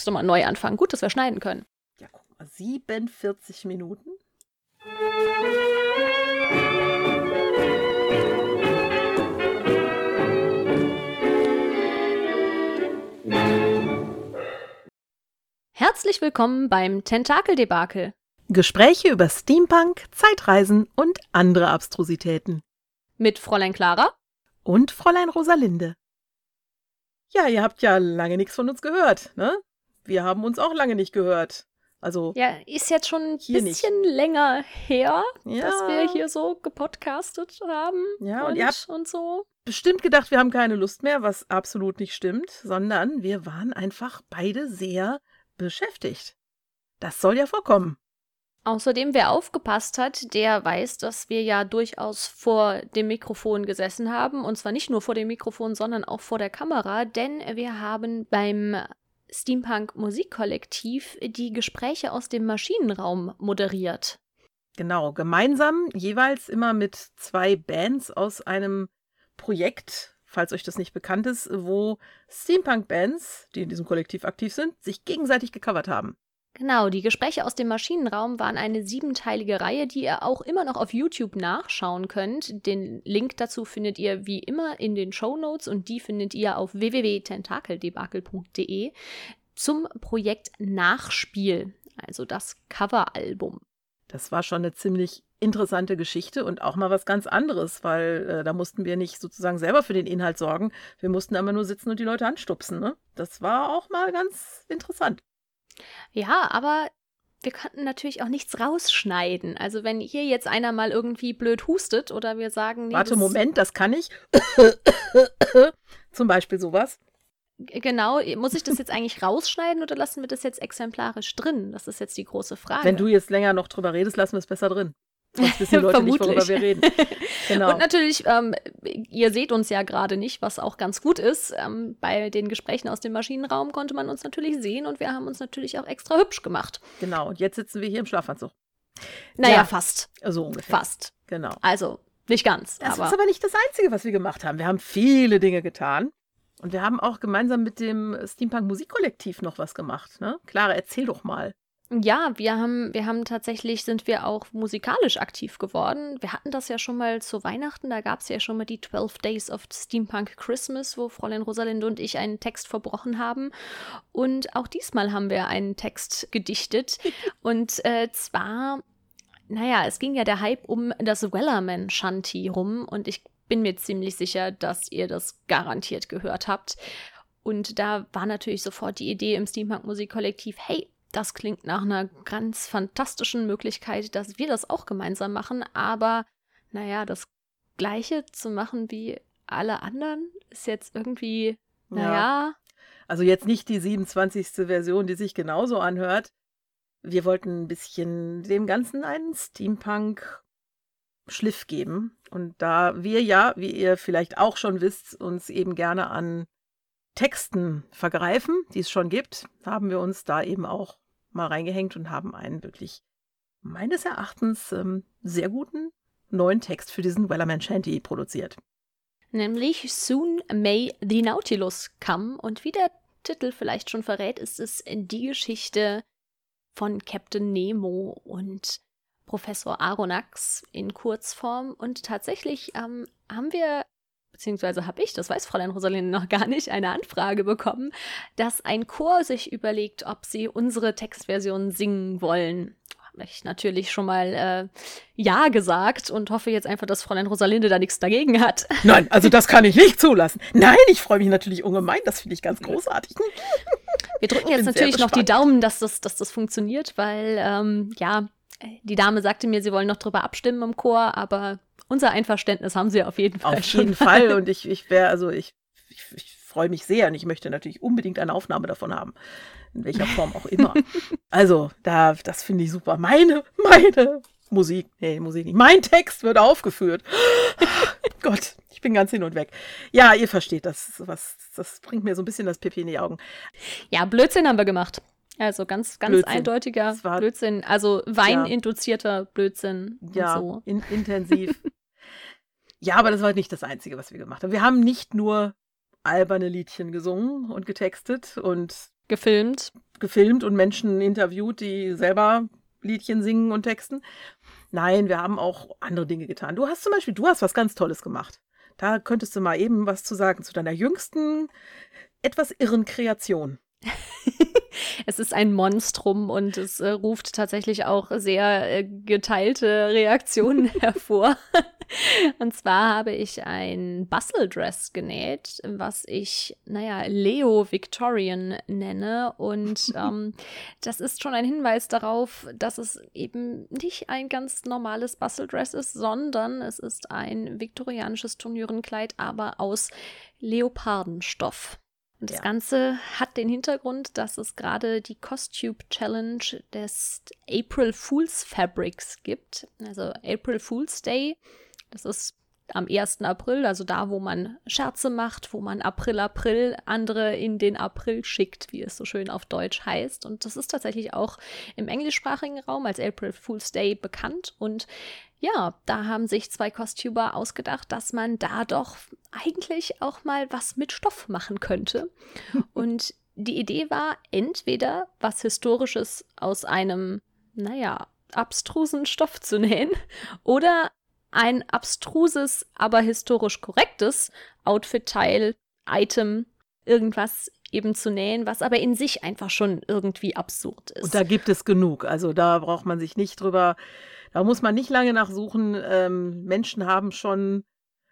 Müsste mal neu anfangen. Gut, dass wir schneiden können. Ja, guck mal, 47 Minuten. Herzlich willkommen beim Tentakeldebakel. Gespräche über Steampunk, Zeitreisen und andere Abstrusitäten. Mit Fräulein Clara und Fräulein Rosalinde. Ja, ihr habt ja lange nichts von uns gehört, ne? Wir haben uns auch lange nicht gehört. Also ja, ist jetzt schon ein bisschen länger her, dass wir hier so gepodcastet haben. Ja, und ihr habt und so bestimmt gedacht, wir haben keine Lust mehr, was absolut nicht stimmt, sondern wir waren einfach beide sehr beschäftigt. Das soll ja vorkommen. Außerdem, wer aufgepasst hat, der weiß, dass wir ja durchaus vor dem Mikrofon gesessen haben. Und zwar nicht nur vor dem Mikrofon, sondern auch vor der Kamera. Denn wir haben beim Steampunk Musikkollektiv die Gespräche aus dem Maschinenraum moderiert. Genau, gemeinsam, jeweils immer mit 2 Bands aus einem Projekt, falls euch das nicht bekannt ist, wo Steampunk-Bands, die in diesem Kollektiv aktiv sind, sich gegenseitig gecovert haben. Genau, die Gespräche aus dem Maschinenraum waren eine 7-teilige Reihe, die ihr auch immer noch auf YouTube nachschauen könnt. Den Link dazu findet ihr wie immer in den Shownotes und die findet ihr auf www.tentakeldebakel.de zum Projekt Nachspiel, also das Coveralbum. Das war schon eine ziemlich interessante Geschichte und auch mal was ganz anderes, weil da mussten wir nicht sozusagen selber für den Inhalt sorgen. Wir mussten aber nur sitzen und die Leute anstupsen, ne? Das war auch mal ganz interessant. Ja, aber wir konnten natürlich auch nichts rausschneiden. Also wenn hier jetzt einer mal irgendwie blöd hustet oder wir sagen... Nee, warte, Moment, das kann ich. Zum Beispiel sowas. Genau, muss ich das jetzt eigentlich rausschneiden oder lassen wir das jetzt exemplarisch drin? Das ist jetzt die große Frage. Wenn du jetzt länger noch drüber redest, lassen wir es besser drin. Sonst wissen die Leute nicht, worüber wir reden. Genau. Und natürlich, ihr seht uns ja gerade nicht, was auch ganz gut ist. Bei den Gesprächen aus dem Maschinenraum konnte man uns natürlich sehen und wir haben uns natürlich auch extra hübsch gemacht. Genau, und jetzt sitzen wir hier im Schlafanzug. Naja, ja, fast. So ungefähr. Fast. Genau. Also, nicht ganz. Das ist aber nicht das Einzige, was wir gemacht haben. Wir haben viele Dinge getan. Und wir haben auch gemeinsam mit dem Steampunk Musikkollektiv noch was gemacht. Ne? Clara, erzähl doch mal. Ja, wir haben tatsächlich, sind wir auch musikalisch aktiv geworden. Wir hatten das ja schon mal zu Weihnachten, da gab es ja schon mal die 12 Days of Steampunk Christmas, wo Fräulein Rosalinde und ich einen Text verbrochen haben. Und auch diesmal haben wir einen Text gedichtet. Und zwar, naja, es ging ja der Hype um das Wellerman Shanty rum und ich bin mir ziemlich sicher, dass ihr das garantiert gehört habt. Und da war natürlich sofort die Idee im Steampunk Musikkollektiv, hey, das klingt nach einer ganz fantastischen Möglichkeit, dass wir das auch gemeinsam machen. Aber, naja, das Gleiche zu machen wie alle anderen ist jetzt irgendwie, naja. Ja. Also jetzt nicht die 27. Version, die sich genauso anhört. Wir wollten ein bisschen dem Ganzen einen Steampunk-Schliff geben. Und da wir ja, wie ihr vielleicht auch schon wisst, uns eben gerne an Texten vergreifen, die es schon gibt, haben wir uns da eben auch mal reingehängt und haben einen wirklich, meines Erachtens, sehr guten neuen Text für diesen Wellerman Shanty produziert. Nämlich Soon May the Nautilus Come. Und wie der Titel vielleicht schon verrät, ist es die Geschichte von Captain Nemo und Professor Aronnax in Kurzform. Und tatsächlich haben wir, beziehungsweise habe ich, das weiß Fräulein Rosalinde noch gar nicht, eine Anfrage bekommen, dass ein Chor sich überlegt, ob sie unsere Textversion singen wollen. Habe ich natürlich schon mal Ja gesagt und hoffe jetzt einfach, dass Fräulein Rosalinde da nichts dagegen hat. Nein, also das kann ich nicht zulassen. Nein, ich freue mich natürlich ungemein, das finde ich ganz großartig. Wir drücken jetzt natürlich noch die Daumen, dass das funktioniert, weil, ja, die Dame sagte mir, sie wollen noch drüber abstimmen im Chor, aber unser Einverständnis haben sie auf jeden Fall. Auf jeden Fall. Und ich freue mich sehr und ich möchte natürlich unbedingt eine Aufnahme davon haben. In welcher Form auch immer. Also, das finde ich super. Meine Musik, Musik nicht. Mein Text wird aufgeführt. Gott, ich bin ganz hin und weg. Ja, ihr versteht das bringt mir so ein bisschen das Pipi in die Augen. Ja, Blödsinn haben wir gemacht. Also ganz Blödsinn. Eindeutiger Blödsinn. Also weininduzierter Blödsinn und so. Intensiv. Ja, aber das war nicht das Einzige, was wir gemacht haben. Wir haben nicht nur alberne Liedchen gesungen und getextet und gefilmt und Menschen interviewt, die selber Liedchen singen und texten. Nein, wir haben auch andere Dinge getan. Du hast was ganz Tolles gemacht. Da könntest du mal eben was zu sagen zu deiner jüngsten, etwas irren Kreation. Es ist ein Monstrum und es ruft tatsächlich auch sehr geteilte Reaktionen hervor. Und zwar habe ich ein Bustle-Dress genäht, was ich, Leo Victorian nenne. Und das ist schon ein Hinweis darauf, dass es eben nicht ein ganz normales Bustle-Dress ist, sondern es ist ein viktorianisches Turnierenkleid, aber aus Leopardenstoff. Und das Ganze hat den Hintergrund, dass es gerade die Costume Challenge des April Fools Fabrics gibt. Also April Fools Day, das ist am 1. April, also da, wo man Scherze macht, wo man April andere in den April schickt, wie es so schön auf Deutsch heißt. Und das ist tatsächlich auch im englischsprachigen Raum als April Fool's Day bekannt. Und ja, da haben sich 2 Costumer ausgedacht, dass man da doch eigentlich auch mal was mit Stoff machen könnte. Und die Idee war, entweder was Historisches aus einem, abstrusen Stoff zu nähen oder ein abstruses, aber historisch korrektes Outfit-Teil, Item, irgendwas eben zu nähen, was aber in sich einfach schon irgendwie absurd ist. Und da gibt es genug. Also da braucht man sich nicht drüber, da muss man nicht lange nachsuchen. Menschen haben schon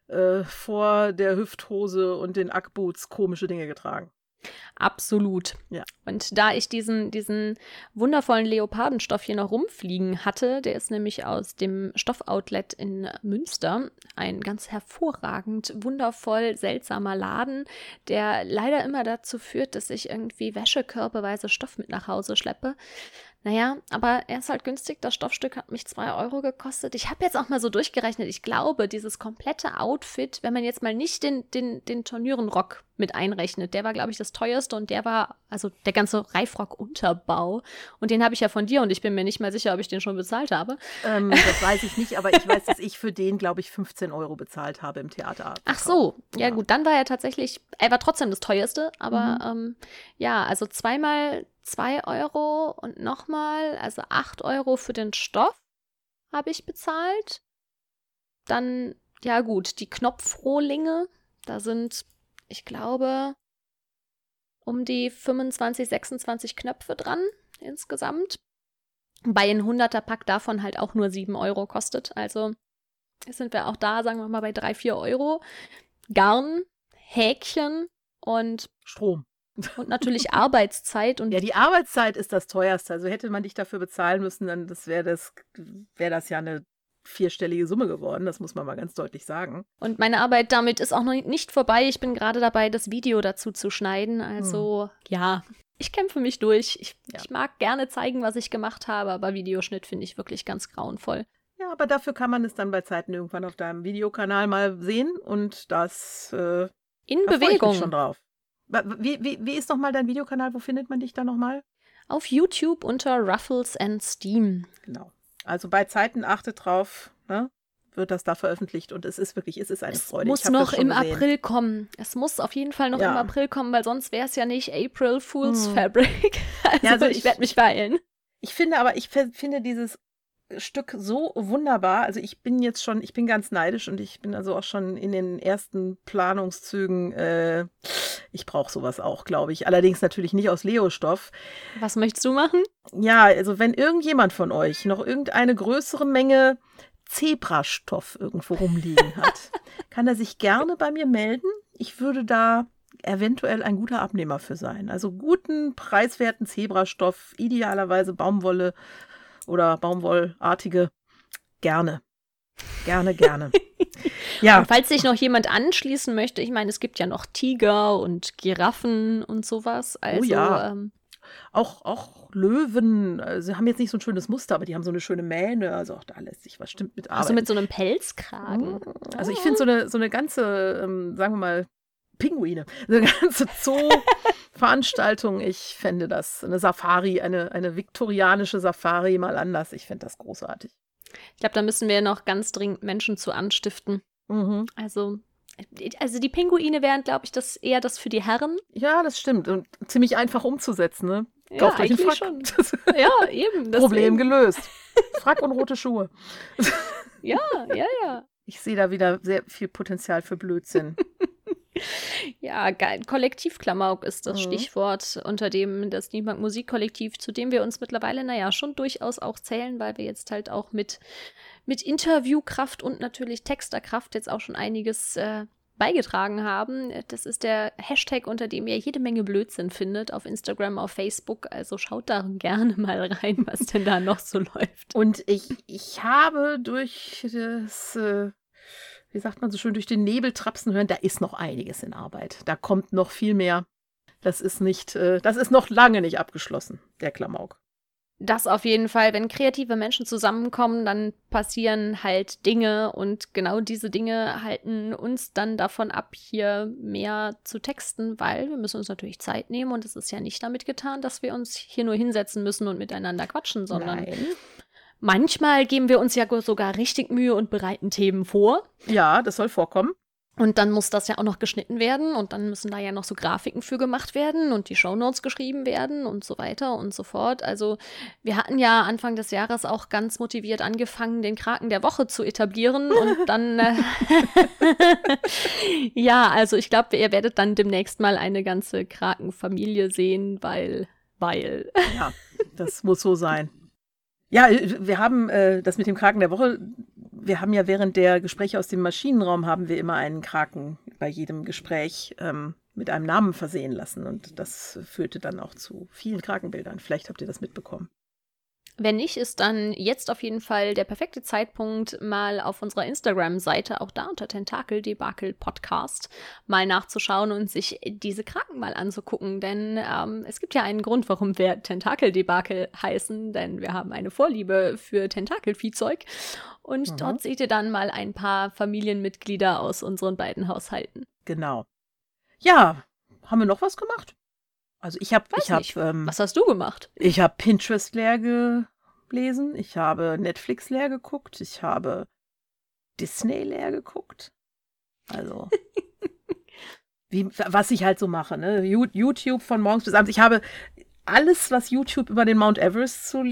vor der Hüfthose und den Ackboots komische Dinge getragen. Absolut. Ja. Und da ich diesen wundervollen Leopardenstoff hier noch rumfliegen hatte, der ist nämlich aus dem Stoffoutlet in Münster, ein ganz hervorragend, wundervoll seltsamer Laden, der leider immer dazu führt, dass ich irgendwie wäschekörbeweise Stoff mit nach Hause schleppe. Aber er ist halt günstig. Das Stoffstück hat mich 2 Euro gekostet. Ich habe jetzt auch mal so durchgerechnet. Ich glaube, dieses komplette Outfit, wenn man jetzt mal nicht den Turnierenrock mit einrechnet, der war, glaube ich, das teuerste und der war, also der ganze Reifrock-Unterbau. Und den habe ich ja von dir und ich bin mir nicht mal sicher, ob ich den schon bezahlt habe. Das weiß ich nicht, aber ich weiß, dass ich für den, glaube ich, 15 Euro bezahlt habe im Theater. Ach so, ja gut, dann war er war trotzdem das teuerste, aber also zweimal 2 Euro und nochmal, also 8 Euro für den Stoff habe ich bezahlt. Dann, ja gut, die Knopfrohlinge, da sind, ich glaube, um die 25, 26 Knöpfe dran insgesamt. Bei ein 100er-Pack davon halt auch nur 7 Euro kostet. Also sind wir auch da, sagen wir mal, bei 3, 4 Euro. Garn, Häkchen und Strom. Und natürlich Arbeitszeit. Und ja, die Arbeitszeit ist das teuerste. Also hätte man dich dafür bezahlen müssen, dann wäre das ja eine 4-stellige Summe geworden. Das muss man mal ganz deutlich sagen. Und meine Arbeit damit ist auch noch nicht vorbei. Ich bin gerade dabei, das Video dazu zu schneiden. Also ich kämpfe mich durch. Ich mag gerne zeigen, was ich gemacht habe, aber Videoschnitt finde ich wirklich ganz grauenvoll. Ja, aber dafür kann man es dann bei Zeiten irgendwann auf deinem Videokanal mal sehen und das in da Bewegung. Freue ich mich schon drauf. Wie ist nochmal dein Videokanal? Wo findet man dich da nochmal? Auf YouTube unter Ruffles and Steam. Genau. Also bei Zeiten achtet drauf, ne? Wird das da veröffentlicht und es ist eine Freude. Es muss noch im April kommen. Es muss auf jeden Fall noch im April kommen, weil sonst wäre es ja nicht April Fool's Fabric. Also ich werde mich beeilen. Ich finde dieses Stück so wunderbar. Also ich bin ganz neidisch und ich bin also auch schon in den ersten Planungszügen. Ich brauche sowas auch, glaube ich. Allerdings natürlich nicht aus Leo-Stoff. Was möchtest du machen? Ja, also wenn irgendjemand von euch noch irgendeine größere Menge Zebrastoff irgendwo rumliegen hat, kann er sich gerne bei mir melden. Ich würde da eventuell ein guter Abnehmer für sein. Also guten, preiswerten Zebrastoff, idealerweise Baumwolle oder Baumwollartige, gerne. Gerne. Ja. Und falls sich noch jemand anschließen möchte, ich meine, es gibt ja noch Tiger und Giraffen und sowas. Also, auch Löwen, sie haben jetzt nicht so ein schönes Muster, aber die haben so eine schöne Mähne, also auch da lässt sich was stimmt mit arbeiten. Also mit so einem Pelzkragen. Also ich finde so eine ganze, sagen wir mal, Pinguine, so eine ganze Zoo-Veranstaltung, ich fände das, eine Safari, eine viktorianische Safari mal anders, ich fände das großartig. Ich glaube, da müssen wir noch ganz dringend Menschen zu anstiften. Also Also die Pinguine wären, glaube ich, eher das für die Herren. Ja, das stimmt. Und ziemlich einfach umzusetzen, ne? Ja, Kauft euch einen eigentlich Frack. schon. Ja, eben. Problem deswegen. gelöst. Frack und rote Schuhe. Ja. Ich sehe da wieder sehr viel Potenzial für Blödsinn. Ja, geil. Kollektivklamauk ist das Stichwort, unter dem das Steampunk Musikkollektiv, zu dem wir uns mittlerweile, schon durchaus auch zählen, weil wir jetzt halt auch mit Interviewkraft und natürlich Texterkraft jetzt auch schon einiges beigetragen haben. Das ist der Hashtag, unter dem ihr jede Menge Blödsinn findet auf Instagram, auf Facebook. Also schaut da gerne mal rein, was denn da noch so läuft. Und ich habe durch das, wie sagt man so schön, durch den Nebel trapsen hören, da ist noch einiges in Arbeit. Da kommt noch viel mehr. Das ist noch lange nicht abgeschlossen, der Klamauk. Das auf jeden Fall. Wenn kreative Menschen zusammenkommen, dann passieren halt Dinge und genau diese Dinge halten uns dann davon ab, hier mehr zu texten, weil wir müssen uns natürlich Zeit nehmen und es ist ja nicht damit getan, dass wir uns hier nur hinsetzen müssen und miteinander quatschen, sondern manchmal geben wir uns ja sogar richtig Mühe und bereiten Themen vor. Ja, das soll vorkommen. Und dann muss das ja auch noch geschnitten werden und dann müssen da ja noch so Grafiken für gemacht werden und die Shownotes geschrieben werden und so weiter und so fort. Also wir hatten ja Anfang des Jahres auch ganz motiviert angefangen, den Kraken der Woche zu etablieren und dann, ja, also ich glaube, ihr werdet dann demnächst mal eine ganze Krakenfamilie sehen, weil. Ja, das muss so sein. Ja, wir haben das mit dem Kraken der Woche, wir haben ja während der Gespräche aus dem Maschinenraum, haben wir immer einen Kraken bei jedem Gespräch mit einem Namen versehen lassen. Und das führte dann auch zu vielen Krakenbildern. Vielleicht habt ihr das mitbekommen. Wenn nicht, ist dann jetzt auf jeden Fall der perfekte Zeitpunkt, mal auf unserer Instagram-Seite, auch da unter Tentakel-Debakel Podcast, mal nachzuschauen und sich diese Kraken mal anzugucken. Denn es gibt ja einen Grund, warum wir Tentakel-Debakel heißen, denn wir haben eine Vorliebe für Tentakelviehzeug. Und dort seht ihr dann mal ein paar Familienmitglieder aus unseren beiden Haushalten. Genau. Ja, haben wir noch was gemacht? Also was hast du gemacht? Ich habe Pinterest leer gelesen, ich habe Netflix leer geguckt, ich habe Disney leer geguckt. Also, was ich halt so mache, ne? YouTube von morgens bis abends. Ich habe alles, was YouTube über den Mount Everest zu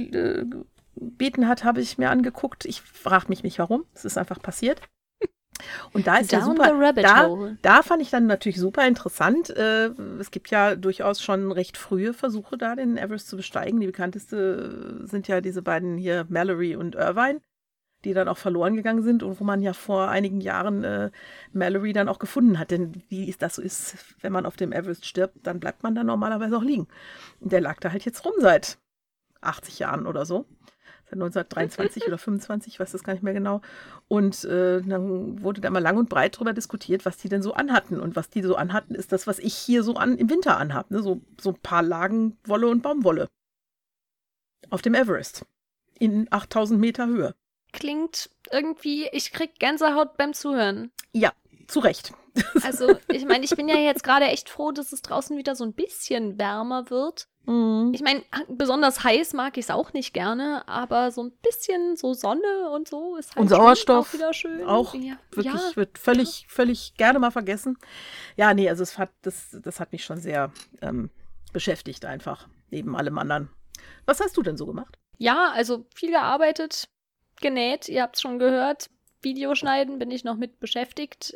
bieten hat, habe ich mir angeguckt. Ich frage mich nicht, warum. Es ist einfach passiert. Und da ist ja super, da fand ich dann natürlich super interessant. Es gibt ja durchaus schon recht frühe Versuche da, den Everest zu besteigen. Die bekannteste sind ja diese beiden hier, Mallory und Irvine, die dann auch verloren gegangen sind und wo man ja vor einigen Jahren Mallory dann auch gefunden hat. Denn wie das so ist, wenn man auf dem Everest stirbt, dann bleibt man da normalerweise auch liegen. Und der lag da halt jetzt rum seit 80 Jahren oder so. 1923 oder 25, ich weiß das gar nicht mehr genau. Und dann wurde da mal lang und breit drüber diskutiert, was die denn so anhatten. Und was die so anhatten, ist das, was ich hier so im Winter anhabe. Ne? So ein paar Lagen Wolle und Baumwolle. Auf dem Everest. In 8000 Meter Höhe. Klingt irgendwie, ich krieg Gänsehaut beim Zuhören. Ja, zu Recht. Also, ich meine, ich bin ja jetzt gerade echt froh, dass es draußen wieder so ein bisschen wärmer wird. Ich meine, besonders heiß mag ich es auch nicht gerne, aber so ein bisschen so Sonne und so ist halt und Sauerstoff auch wieder schön. Auch wirklich wird völlig gerne mal vergessen. Ja, nee, also das hat mich schon sehr beschäftigt einfach, neben allem anderen. Was hast du denn so gemacht? Ja, also viel gearbeitet, genäht, ihr habt es schon gehört. Videoschneiden bin ich noch mit beschäftigt.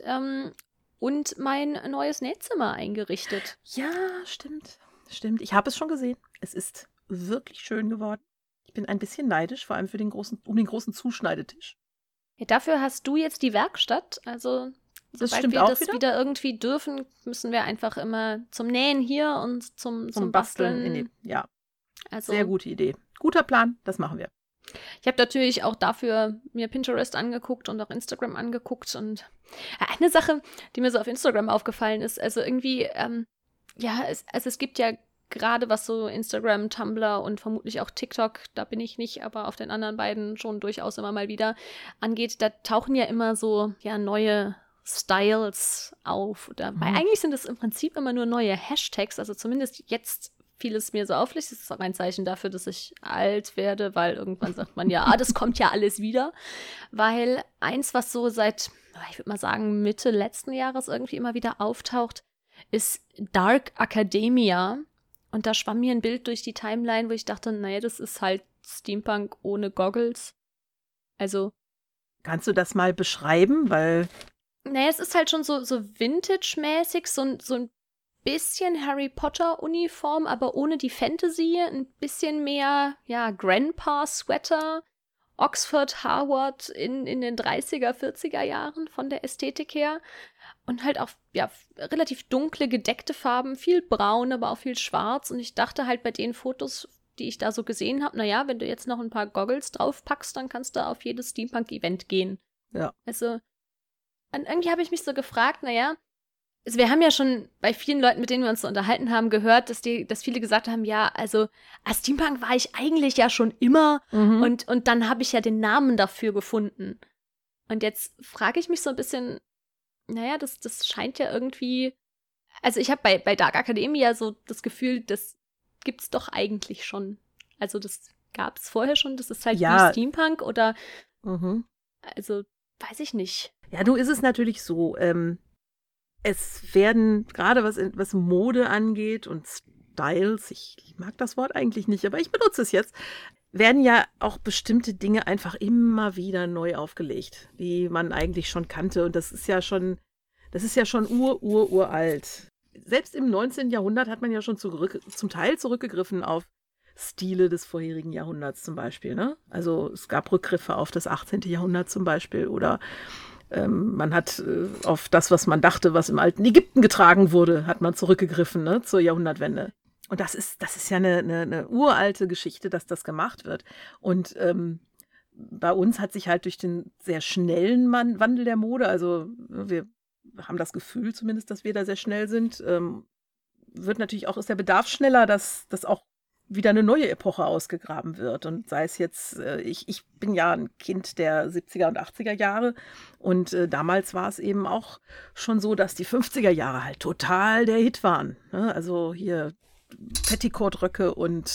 Und mein neues Nähzimmer eingerichtet. Ja, stimmt. Ich habe es schon gesehen. Es ist wirklich schön geworden. Ich bin ein bisschen neidisch, vor allem um den großen Zuschneidetisch. Ja, dafür hast du jetzt die Werkstatt. Also, sobald wir das wieder irgendwie dürfen, müssen wir einfach immer zum Nähen hier und zum Basteln. Ja, also, sehr gute Idee. Guter Plan, das machen wir. Ich habe natürlich auch dafür mir Pinterest angeguckt und auch Instagram angeguckt. Und eine Sache, die mir so auf Instagram aufgefallen ist, also irgendwie, es gibt ja gerade was so Instagram, Tumblr und vermutlich auch TikTok, da bin ich nicht, aber auf den anderen beiden schon durchaus immer mal wieder angeht, da tauchen ja immer so neue Styles auf. Weil eigentlich sind es im Prinzip immer nur neue Hashtags, also zumindest jetzt fiel es mir so auf. Das ist auch ein Zeichen dafür, dass ich alt werde, weil irgendwann sagt man ja, das kommt ja alles wieder. Weil eins, was so seit, ich würde mal sagen, Mitte letzten Jahres irgendwie immer wieder auftaucht, ist Dark Academia. Und da schwamm mir ein Bild durch die Timeline, wo ich dachte, naja, das ist halt Steampunk ohne Goggles. Also. Kannst du das mal beschreiben? Weil. Naja, es ist halt schon so Vintage-mäßig, so ein bisschen Harry Potter-Uniform, aber ohne die Fantasy. Ein bisschen mehr, ja, Grandpa-Sweater. Oxford, Harvard in den 30er, 40er Jahren von der Ästhetik her. Und halt auch, ja, relativ dunkle, gedeckte Farben, viel braun, aber auch viel schwarz. Und ich dachte halt bei den Fotos, die ich da so gesehen habe, naja, wenn du jetzt noch ein paar Goggles draufpackst, dann kannst du auf jedes Steampunk-Event gehen. Ja. Also, und irgendwie habe ich mich so gefragt, naja, also wir haben ja schon bei vielen Leuten, mit denen wir uns so unterhalten haben, gehört, dass viele gesagt haben, ja, also als Steampunk war ich eigentlich ja schon immer und dann habe ich ja den Namen dafür gefunden. Und jetzt frage ich mich so ein bisschen, naja, das scheint ja irgendwie, also ich habe bei Dark Academia so das Gefühl, das gibt's doch eigentlich schon. Also das gab es vorher schon, das ist halt wie Steampunk oder, also weiß ich nicht. Ja, nun ist es natürlich so, es werden, gerade was Mode angeht und Styles, ich mag das Wort eigentlich nicht, aber ich benutze es jetzt, werden ja auch bestimmte Dinge einfach immer wieder neu aufgelegt, die man eigentlich schon kannte. Und das ist ja schon uralt. Selbst im 19. Jahrhundert hat man ja schon zum Teil zurückgegriffen auf Stile des vorherigen Jahrhunderts zum Beispiel. Ne? Also es gab Rückgriffe auf das 18. Jahrhundert zum Beispiel oder man hat auf das, was man dachte, was im alten Ägypten getragen wurde, hat man zurückgegriffen, ne, zur Jahrhundertwende. Und das ist ja eine uralte Geschichte, dass das gemacht wird. Und bei uns hat sich halt durch den sehr schnellen Wandel der Mode, also wir haben das Gefühl zumindest, dass wir da sehr schnell sind, wird natürlich auch, ist der Bedarf schneller, dass das auch wieder eine neue Epoche ausgegraben wird. Und sei es jetzt, ich bin ja ein Kind der 70er und 80er Jahre und damals war es eben auch schon so, dass die 50er Jahre halt total der Hit waren. Ne? Also hier Petticoat-Röcke und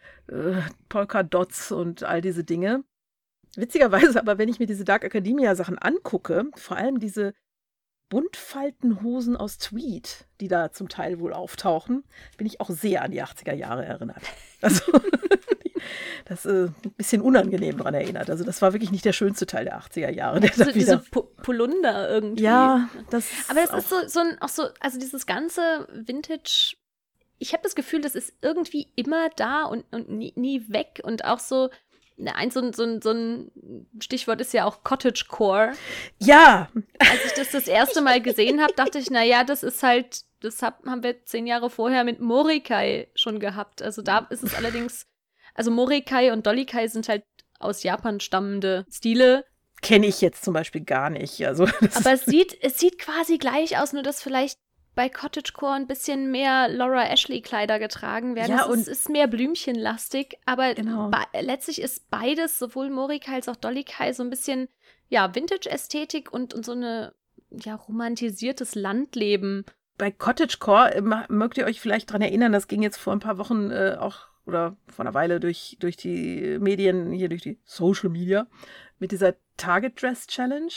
Polka-Dots und all diese Dinge. Witzigerweise aber, wenn ich mir diese Dark Academia-Sachen angucke, vor allem diese Buntfaltenhosen aus Tweed, die da zum Teil wohl auftauchen, bin ich auch sehr an die 80er Jahre erinnert. Also das ist ein bisschen unangenehm daran erinnert. Also das war wirklich nicht der schönste Teil der 80er Jahre. Der also diese Polunder irgendwie. Ja, das aber das ist also dieses ganze Vintage, ich habe das Gefühl, das ist irgendwie immer da und nie weg und auch so, so ein Stichwort ist ja auch Cottagecore. Ja. Als ich das erste Mal gesehen habe, dachte ich, naja, das ist halt, haben wir 10 Jahre vorher mit Morikai schon gehabt. Also da ist es allerdings, also Morikai und Dollikai sind halt aus Japan stammende Stile. Kenne ich jetzt zum Beispiel gar nicht. Also, aber es sieht quasi gleich aus, nur dass vielleicht bei Cottagecore ein bisschen mehr Laura Ashley-Kleider getragen werden. Ja, es ist mehr blümchenlastig, aber letztlich ist beides, sowohl Morikai als auch Dollikai, so ein bisschen, ja, Vintage-Ästhetik und so eine, ja, romantisiertes Landleben. Bei Cottagecore mögt ihr euch vielleicht dran erinnern, das ging jetzt vor ein paar Wochen auch, oder vor einer Weile durch die Medien, hier durch die Social Media, mit dieser Target Dress Challenge.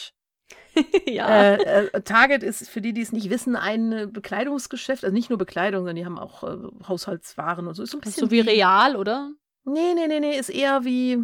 Ja. Target ist, für die es nicht wissen, ein Bekleidungsgeschäft, also nicht nur Bekleidung, sondern die haben auch Haushaltswaren und so. Ist so ein bisschen so wie Real, oder? Nee, ist eher wie,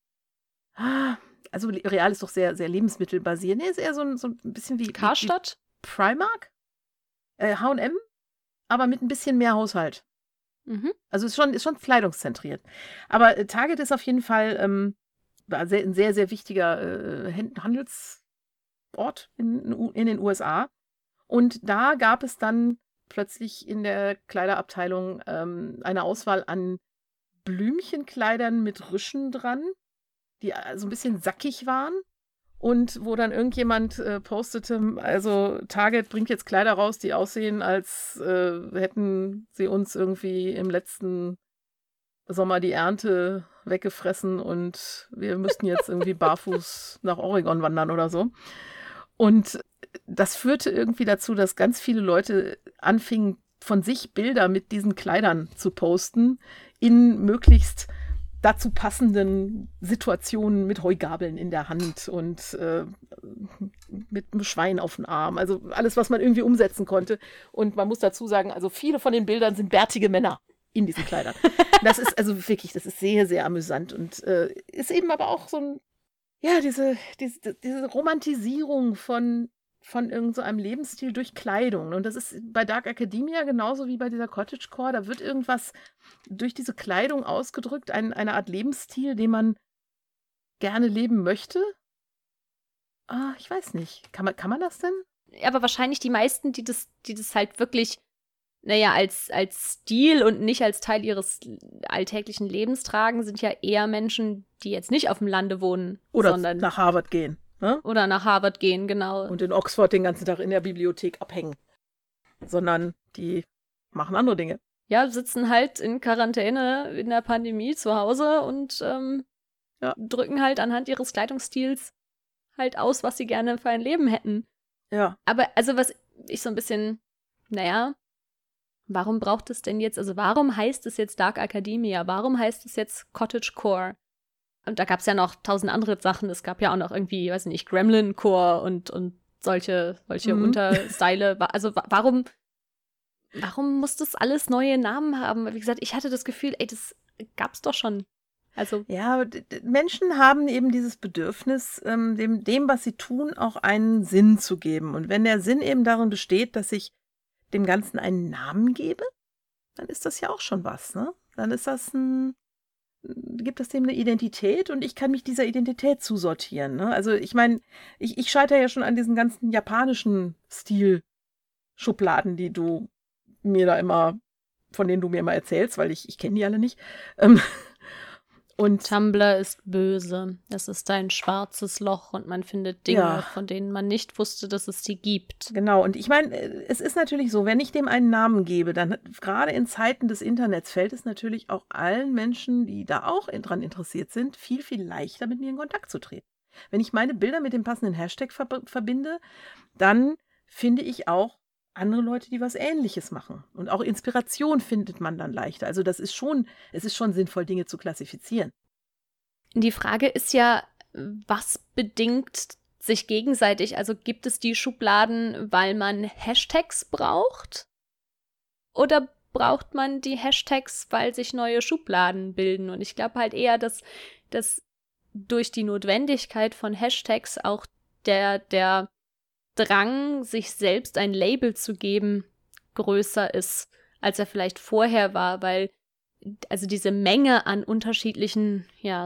also Real ist doch sehr, sehr lebensmittelbasiert. Nee, ist eher so ein bisschen wie Karstadt? Wie Primark, H&M, aber mit ein bisschen mehr Haushalt. Mhm. Also ist schon kleidungszentriert. Aber Target ist auf jeden Fall ein sehr, sehr wichtiger Handelsort in den USA. Und da gab es dann plötzlich in der Kleiderabteilung eine Auswahl an Blümchenkleidern mit Rüschen dran, die so ein bisschen sackig waren. Und wo dann irgendjemand postete, also Target bringt jetzt Kleider raus, die aussehen, als hätten sie uns irgendwie im letzten Sommer die Ernte weggefressen und wir müssten jetzt irgendwie barfuß nach Oregon wandern oder so. Und das führte irgendwie dazu, dass ganz viele Leute anfingen, von sich Bilder mit diesen Kleidern zu posten, in möglichst dazu passenden Situationen mit Heugabeln in der Hand und mit einem Schwein auf dem Arm. Also alles, was man irgendwie umsetzen konnte. Und man muss dazu sagen, also viele von den Bildern sind bärtige Männer in diesen Kleidern. Das ist also wirklich, das ist sehr, sehr amüsant und ist eben aber auch so ein, ja, diese Romantisierung von irgend so einem Lebensstil durch Kleidung. Und das ist bei Dark Academia genauso wie bei dieser Cottagecore. Da wird irgendwas durch diese Kleidung ausgedrückt, eine Art Lebensstil, den man gerne leben möchte. Ich weiß nicht. Kann man das denn? Aber wahrscheinlich die meisten, die das halt wirklich, naja, als Stil und nicht als Teil ihres alltäglichen Lebens tragen, sind ja eher Menschen, die jetzt nicht auf dem Lande wohnen. Oder sondern nach Harvard gehen. Ne? Oder nach Harvard gehen, genau. Und in Oxford den ganzen Tag in der Bibliothek abhängen. Sondern die machen andere Dinge. Ja, sitzen halt in Quarantäne in der Pandemie zu Hause und drücken halt anhand ihres Kleidungsstils halt aus, was sie gerne für ein Leben hätten. Ja. Aber also was ich so ein bisschen, naja, warum braucht es denn jetzt, also warum heißt es jetzt Dark Academia? Warum heißt es jetzt Cottagecore? Und da gab es ja noch 1000 andere Sachen. Es gab ja auch noch irgendwie, weiß nicht, Gremlin-Core und solche Unterstyle. Also warum muss das alles neue Namen haben? Wie gesagt, ich hatte das Gefühl, das gab's doch schon. Also ja, Menschen haben eben dieses Bedürfnis, dem, was sie tun, auch einen Sinn zu geben. Und wenn der Sinn eben darin besteht, dass ich dem Ganzen einen Namen gebe, dann ist das ja auch schon was, ne? Dann ist das gibt es dem eine Identität und ich kann mich dieser Identität zusortieren. Ne? Also ich meine, ich scheitere ja schon an diesen ganzen japanischen Stilschubladen, von denen du mir immer erzählst, weil ich kenne die alle nicht. Und Tumblr ist böse. Es ist ein schwarzes Loch und man findet Dinge, von denen man nicht wusste, dass es sie gibt. Genau, und ich meine, es ist natürlich so, wenn ich dem einen Namen gebe, dann gerade in Zeiten des Internets fällt es natürlich auch allen Menschen, die da auch dran interessiert sind, viel, viel leichter mit mir in Kontakt zu treten. Wenn ich meine Bilder mit dem passenden Hashtag verbinde, dann finde ich auch andere Leute, die was Ähnliches machen. Und auch Inspiration findet man dann leichter. Also es ist schon sinnvoll, Dinge zu klassifizieren. Die Frage ist ja, was bedingt sich gegenseitig? Also gibt es die Schubladen, weil man Hashtags braucht? Oder braucht man die Hashtags, weil sich neue Schubladen bilden? Und ich glaube halt eher, dass durch die Notwendigkeit von Hashtags auch der Drang, sich selbst ein Label zu geben, größer ist, als er vielleicht vorher war, weil also diese Menge an unterschiedlichen,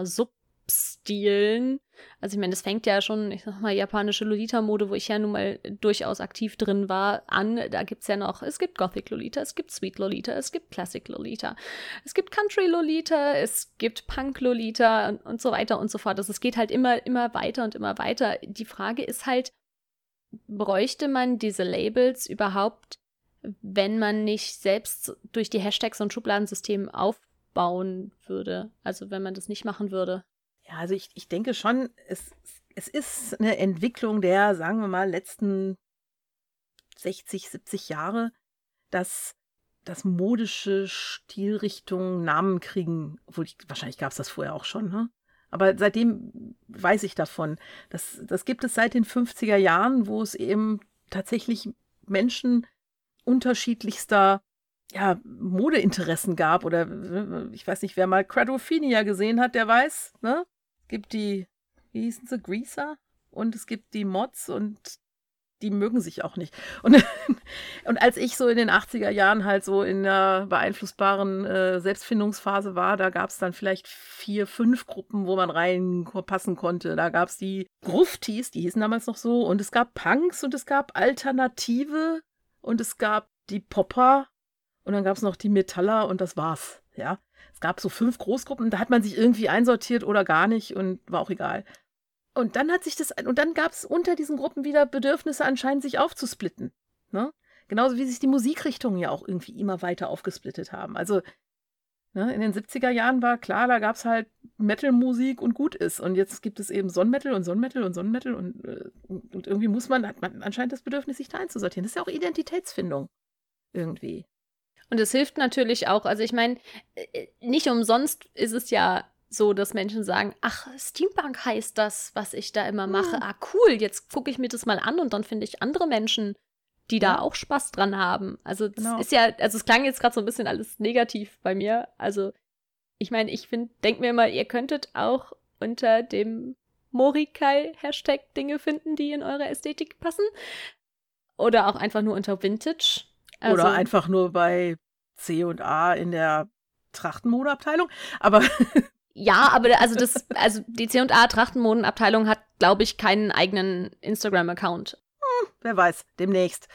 Substilen, also ich meine, das fängt ja schon, ich sag mal, japanische Lolita-Mode, wo ich ja nun mal durchaus aktiv drin war, an. Da gibt's ja noch, es gibt Gothic Lolita, es gibt Sweet Lolita, es gibt Classic Lolita, es gibt Country Lolita, es gibt Punk Lolita und so weiter und so fort. Also es geht halt immer weiter und immer weiter. Die Frage ist halt, bräuchte man diese Labels überhaupt, wenn man nicht selbst durch die Hashtags und Schubladensystem aufbauen würde? Also wenn man das nicht machen würde? Ja, also ich denke schon, es ist eine Entwicklung der, sagen wir mal, letzten 60, 70 Jahre, dass modische Stilrichtungen Namen kriegen. Obwohl, wahrscheinlich gab es das vorher auch schon, ne? Aber seitdem weiß ich davon. Das gibt es seit den 50er Jahren, wo es eben tatsächlich Menschen unterschiedlichster Modeinteressen gab. Oder ich weiß nicht, wer mal Quadrophenia gesehen hat, der weiß, ne? Es gibt die, wie hießen sie, Greaser? Und es gibt die Mods und die mögen sich auch nicht. Und als ich so in den 80er Jahren halt so in einer beeinflussbaren Selbstfindungsphase war, da gab es dann vielleicht 4, 5 Gruppen, wo man reinpassen konnte. Da gab es die Gruftis, die hießen damals noch so, und es gab Punks und es gab Alternative und es gab die Popper und dann gab es noch die Metaller und das war's. Ja, es gab so 5 Großgruppen, da hat man sich irgendwie einsortiert oder gar nicht und war auch egal. Und dann gab es unter diesen Gruppen wieder Bedürfnisse anscheinend, sich aufzusplitten. Ne? Genauso wie sich die Musikrichtungen ja auch irgendwie immer weiter aufgesplittet haben. Also ne, in den 70er Jahren war klar, da gab es halt Metal-Musik und gut ist. Und jetzt gibt es eben Sonnenmetal und Sonnenmetal und Sonnenmetal und irgendwie hat man anscheinend das Bedürfnis, sich da einzusortieren. Das ist ja auch Identitätsfindung irgendwie. Und es hilft natürlich auch, also ich meine, nicht umsonst ist es ja so, dass Menschen sagen, ach, Steampunk heißt das, was ich da immer mache. Ah, cool, jetzt gucke ich mir das mal an und dann finde ich andere Menschen, die da auch Spaß dran haben. Also das ist ja, also es klang jetzt gerade so ein bisschen alles negativ bei mir. Also ich meine, denke mir mal, ihr könntet auch unter dem Morikai-Hashtag Dinge finden, die in eure Ästhetik passen. Oder auch einfach nur unter Vintage. Also, oder einfach nur bei C&A in der Trachtenmodeabteilung. Aber ja, aber also die C&A Trachtenmodenabteilung hat, glaube ich, keinen eigenen Instagram-Account. Wer weiß, demnächst.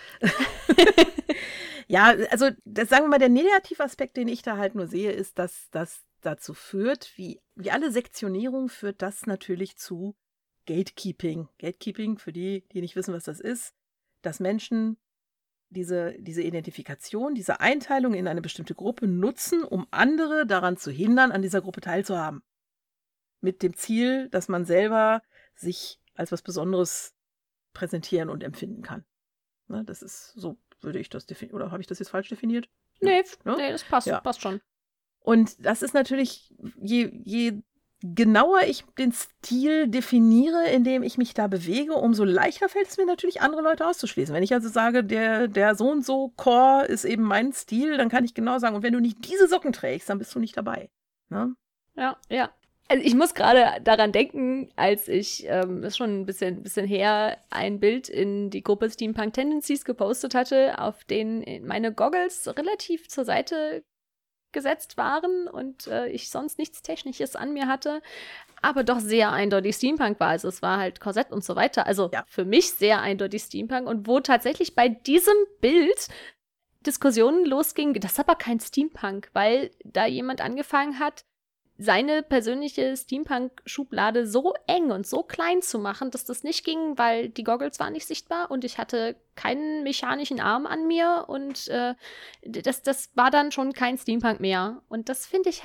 Ja, also sagen wir mal, der Negativaspekt, den ich da halt nur sehe, ist, dass das dazu führt, wie alle Sektionierung führt das natürlich zu Gatekeeping. Gatekeeping, für die nicht wissen, was das ist, dass Menschen diese Identifikation, diese Einteilung in eine bestimmte Gruppe nutzen, um andere daran zu hindern, an dieser Gruppe teilzuhaben. Mit dem Ziel, dass man selber sich als was Besonderes präsentieren und empfinden kann. Ne, das ist, so würde ich das definieren. Oder habe ich das jetzt falsch definiert? Nee, das passt, passt schon. Und das ist natürlich, je genauer ich den Stil definiere, in dem ich mich da bewege, umso leichter fällt es mir natürlich, andere Leute auszuschließen. Wenn ich also sage, der so und so Core ist eben mein Stil, dann kann ich genau sagen, und wenn du nicht diese Socken trägst, dann bist du nicht dabei. Ne? Ja. Also ich muss gerade daran denken, als ich, das ist schon ein bisschen her, ein Bild in die Gruppe Steampunk Tendencies gepostet hatte, auf denen meine Goggles relativ zur Seite gesetzt waren und ich sonst nichts Technisches an mir hatte, aber doch sehr eindeutig Steampunk war. Also es war halt Korsett und so weiter. Also für mich sehr eindeutig Steampunk und wo tatsächlich bei diesem Bild Diskussionen losgingen, das ist aber kein Steampunk, weil da jemand angefangen hat, seine persönliche Steampunk-Schublade so eng und so klein zu machen, dass das nicht ging, weil die Goggles waren nicht sichtbar und ich hatte keinen mechanischen Arm an mir und das war dann schon kein Steampunk mehr. Und das finde ich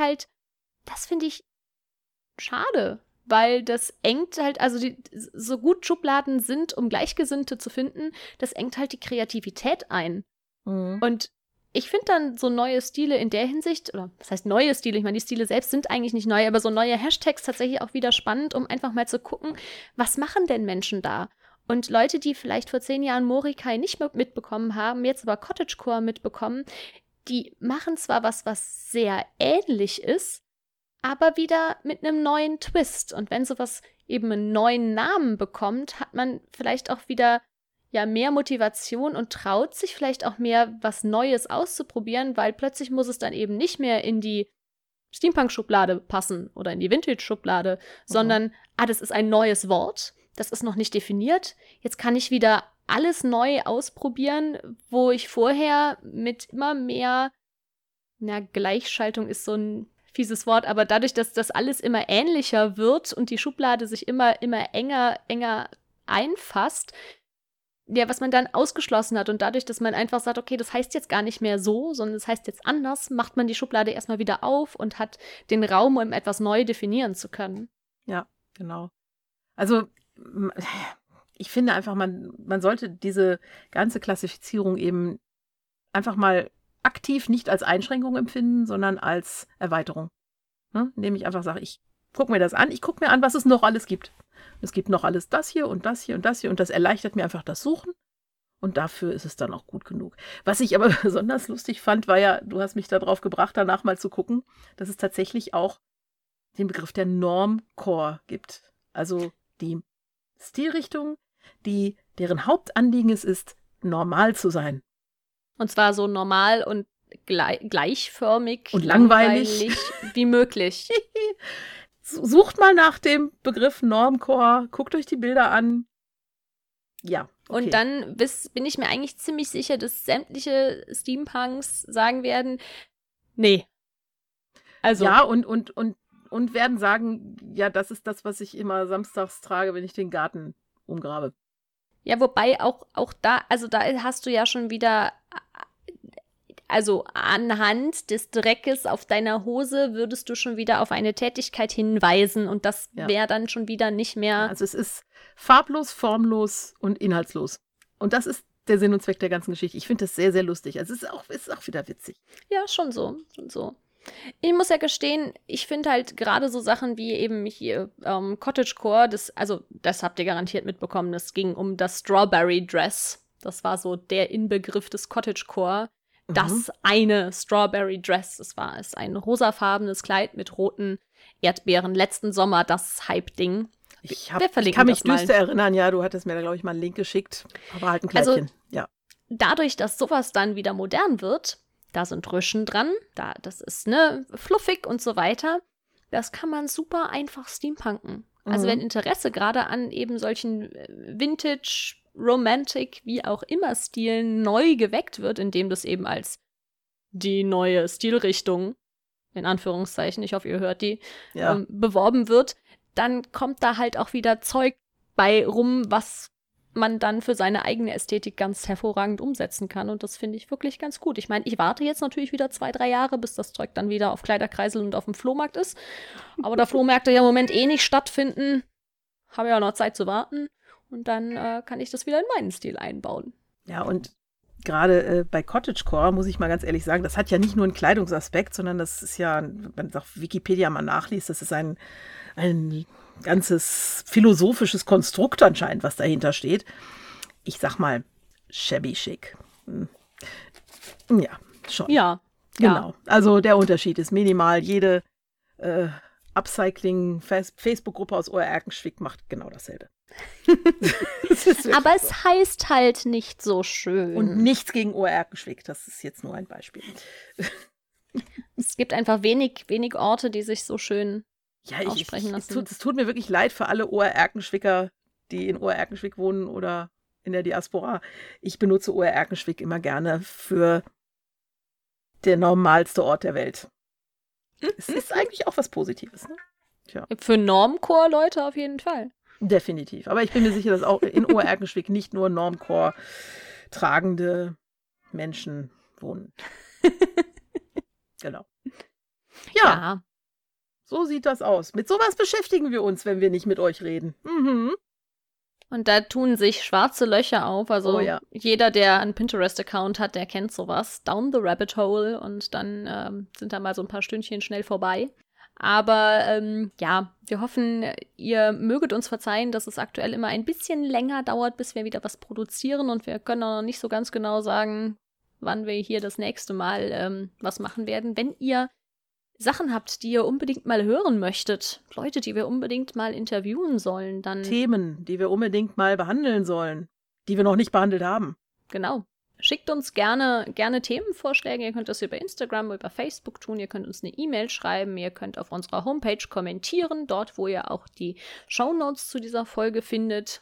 schade, weil das engt halt, also so gut Schubladen sind, um Gleichgesinnte zu finden, das engt halt die Kreativität ein. Mhm. Und ich finde dann so neue Stile in der Hinsicht, oder was heißt neue Stile? Ich meine, die Stile selbst sind eigentlich nicht neu, aber so neue Hashtags tatsächlich auch wieder spannend, um einfach mal zu gucken, was machen denn Menschen da? Und Leute, die vielleicht vor 10 Jahren Morikai nicht mitbekommen haben, jetzt aber Cottagecore mitbekommen, die machen zwar was sehr ähnlich ist, aber wieder mit einem neuen Twist. Und wenn sowas eben einen neuen Namen bekommt, hat man vielleicht auch wieder mehr Motivation und traut sich vielleicht auch mehr, was Neues auszuprobieren, weil plötzlich muss es dann eben nicht mehr in die Steampunk-Schublade passen oder in die Vintage-Schublade, sondern, das ist ein neues Wort, das ist noch nicht definiert, jetzt kann ich wieder alles neu ausprobieren, wo ich vorher mit immer mehr, Gleichschaltung ist so ein fieses Wort, aber dadurch, dass das alles immer ähnlicher wird und die Schublade sich immer enger einfasst, was man dann ausgeschlossen hat und dadurch, dass man einfach sagt, okay, das heißt jetzt gar nicht mehr so, sondern das heißt jetzt anders, macht man die Schublade erstmal wieder auf und hat den Raum, um etwas neu definieren zu können. Ja, genau. Also ich finde einfach, man sollte diese ganze Klassifizierung eben einfach mal aktiv nicht als Einschränkung empfinden, sondern als Erweiterung. Ne? Indem ich einfach sage, ich gucke mir das an, ich gucke mir an, was es noch alles gibt. Es gibt noch alles das hier und das hier und das hier und das erleichtert mir einfach das Suchen und dafür ist es dann auch gut genug. Was ich aber besonders lustig fand, war ja, du hast mich darauf gebracht, danach mal zu gucken, dass es tatsächlich auch den Begriff der Normcore gibt. Also die Stilrichtung, deren Hauptanliegen es ist, normal zu sein. Und zwar so normal und gleichförmig und langweilig wie möglich. Sucht mal nach dem Begriff Normcore, guckt euch die Bilder an. Ja. Okay. Und dann bin ich mir eigentlich ziemlich sicher, dass sämtliche Steampunks sagen werden, nee. Also. Ja, und werden sagen, ja, das ist das, was ich immer samstags trage, wenn ich den Garten umgrabe. Ja, wobei auch da, also da hast du ja schon wieder, also anhand des Dreckes auf deiner Hose würdest du schon wieder auf eine Tätigkeit hinweisen und das wäre dann schon wieder nicht mehr. Ja, also es ist farblos, formlos und inhaltslos. Und das ist der Sinn und Zweck der ganzen Geschichte. Ich finde das sehr, sehr lustig. Also es ist auch wieder witzig. Ja, schon so. Ich muss ja gestehen, ich finde halt gerade so Sachen wie eben hier Cottagecore, das habt ihr garantiert mitbekommen, das ging um das Strawberry Dress. Das war so der Inbegriff des Cottagecore. Das eine Strawberry Dress, ist ein rosafarbenes Kleid mit roten Erdbeeren. Letzten Sommer das Hype-Ding. Ich kann mich düster erinnern, ja, du hattest mir da, glaube ich, mal einen Link geschickt, aber halt ein Kleidchen, ja. Dadurch, dass sowas dann wieder modern wird, da sind Rüschen dran, das ist, fluffig und so weiter, das kann man super einfach steampunken. Also wenn Interesse gerade an eben solchen Vintage, Romantic, wie auch immer Stilen neu geweckt wird, indem das eben als die neue Stilrichtung, in Anführungszeichen, ich hoffe, ihr hört die, beworben wird, dann kommt da halt auch wieder Zeug bei rum, was man dann für seine eigene Ästhetik ganz hervorragend umsetzen kann. Und das finde ich wirklich ganz gut. Ich meine, ich warte jetzt natürlich wieder 2-3 Jahre, bis das Zeug dann wieder auf Kleiderkreisel und auf dem Flohmarkt ist. Aber da Flohmärkte ja im Moment nicht stattfinden, habe ich ja noch Zeit zu warten. Und dann kann ich das wieder in meinen Stil einbauen. Ja, und gerade bei Cottagecore, muss ich mal ganz ehrlich sagen, das hat ja nicht nur einen Kleidungsaspekt, sondern das ist ja, wenn man auf Wikipedia mal nachliest, das ist ein ganzes philosophisches Konstrukt anscheinend, was dahinter steht. Ich sag mal, shabby chic. Ja, schon. Ja. Genau. Also der Unterschied ist minimal. Jede Upcycling-Facebook-Gruppe aus Oer-Erkenschwick macht genau dasselbe. Aber es heißt halt nicht so schön. Und nichts gegen Oer-Erkenschwick. Das ist jetzt nur ein Beispiel. Es gibt einfach wenig Orte, die sich so schön aussprechen lassen. Es tut mir wirklich leid für alle Oer-Erkenschwicker, die in Oer-Erkenschwick wohnen oder in der Diaspora. Ich benutze Oer-Erkenschwick immer gerne für der normalste Ort der Welt. Es ist eigentlich auch was Positives, ne? Tja. Für Normcore-Leute auf jeden Fall. Definitiv. Aber ich bin mir sicher, dass auch in Oer-Erkenschwick nicht nur Normcore tragende Menschen wohnen. Genau. Ja. So sieht das aus. Mit sowas beschäftigen wir uns, wenn wir nicht mit euch reden. Und da tun sich schwarze Löcher auf. Also jeder, der einen Pinterest-Account hat, der kennt sowas. Down the rabbit hole. Und dann sind da mal so ein paar Stündchen schnell vorbei. Aber wir hoffen, ihr möget uns verzeihen, dass es aktuell immer ein bisschen länger dauert, bis wir wieder was produzieren. Und wir können auch noch nicht so ganz genau sagen, wann wir hier das nächste Mal was machen werden. Wenn ihr Sachen habt, die ihr unbedingt mal hören möchtet, Leute, die wir unbedingt mal interviewen sollen, dann Themen, die wir unbedingt mal behandeln sollen, die wir noch nicht behandelt haben. Genau. Schickt uns gerne Themenvorschläge. Ihr könnt das über Instagram, über Facebook tun. Ihr könnt uns eine E-Mail schreiben. Ihr könnt auf unserer Homepage kommentieren, dort, wo ihr auch die Shownotes zu dieser Folge findet,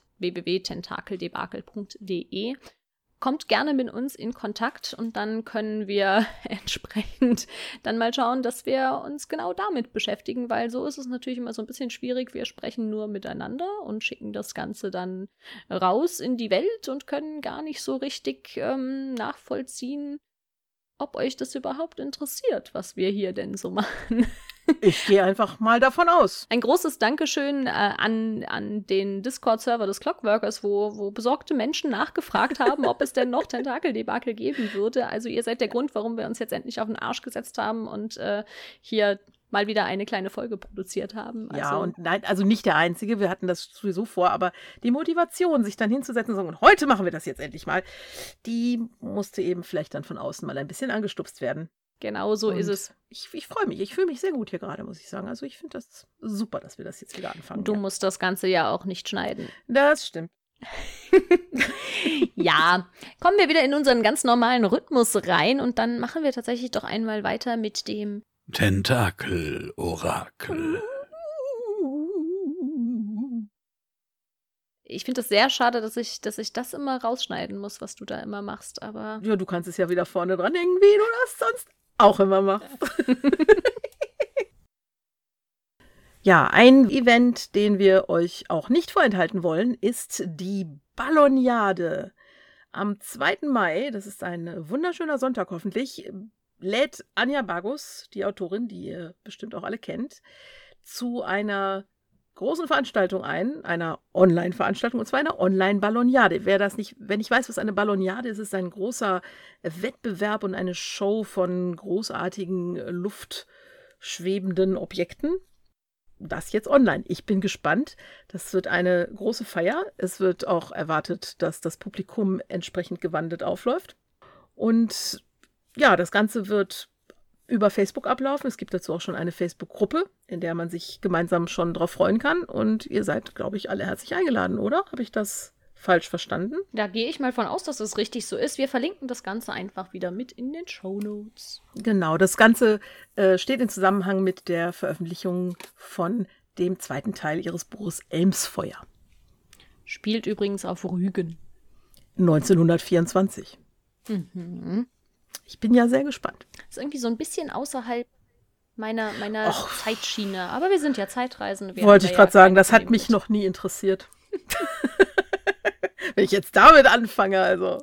www.tentakeldebakel.de. Kommt gerne mit uns in Kontakt und dann können wir entsprechend dann mal schauen, dass wir uns genau damit beschäftigen, weil so ist es natürlich immer so ein bisschen schwierig. Wir sprechen nur miteinander und schicken das Ganze dann raus in die Welt und können gar nicht so richtig nachvollziehen, ob euch das überhaupt interessiert, was wir hier denn so machen. Ich gehe einfach mal davon aus. Ein großes Dankeschön an den Discord-Server des Clockworkers, wo besorgte Menschen nachgefragt haben, ob es denn noch Tentakeldebakel geben würde. Also ihr seid der Grund, warum wir uns jetzt endlich auf den Arsch gesetzt haben und hier mal wieder eine kleine Folge produziert haben. Also, ja, und nein, also nicht der Einzige, wir hatten das sowieso vor, aber die Motivation, sich dann hinzusetzen und zu sagen, heute machen wir das jetzt endlich mal, die musste eben vielleicht dann von außen mal ein bisschen angestupst werden. Genau so ist es. Ich freue mich. Ich fühle mich sehr gut hier gerade, muss ich sagen. Also ich finde das super, dass wir das jetzt wieder anfangen. Du musst das Ganze ja auch nicht schneiden. Das stimmt. Ja, kommen wir wieder in unseren ganz normalen Rhythmus rein und dann machen wir tatsächlich doch einmal weiter mit dem Tentakel-Orakel. Ich finde es sehr schade, dass ich das immer rausschneiden muss, was du da immer machst, aber ja, du kannst es ja wieder vorne dran hängen, wie du das sonst auch immer machst. Ja, ein Event, den wir euch auch nicht vorenthalten wollen, ist die Balloniade. Am 2. Mai, das ist ein wunderschöner Sonntag hoffentlich, lädt Anja Bagus, die Autorin, die ihr bestimmt auch alle kennt, zu einer großen Veranstaltung ein, einer Online-Veranstaltung, und zwar einer Online-Balloniade. Wenn ich weiß, was eine Balloniade ist, ist ein großer Wettbewerb und eine Show von großartigen schwebenden Objekten. Das jetzt online. Ich bin gespannt. Das wird eine große Feier. Es wird auch erwartet, dass das Publikum entsprechend gewandelt aufläuft. Und ja, das Ganze wird über Facebook ablaufen. Es gibt dazu auch schon eine Facebook-Gruppe, in der man sich gemeinsam schon drauf freuen kann. Und ihr seid, glaube ich, alle herzlich eingeladen, oder? Habe ich das falsch verstanden? Da gehe ich mal von aus, dass es richtig so ist. Wir verlinken das Ganze einfach wieder mit in den Shownotes. Genau, das Ganze steht in Zusammenhang mit der Veröffentlichung von dem zweiten Teil ihres Buches Elmsfeuer. Spielt übrigens auf Rügen. 1924. Mhm. Ich bin ja sehr gespannt. Ist irgendwie so ein bisschen außerhalb meiner Zeitschiene. Aber wir sind ja Zeitreisende. Wollte ich gerade sagen, das hat mich noch nie interessiert. Wenn ich jetzt damit anfange, also.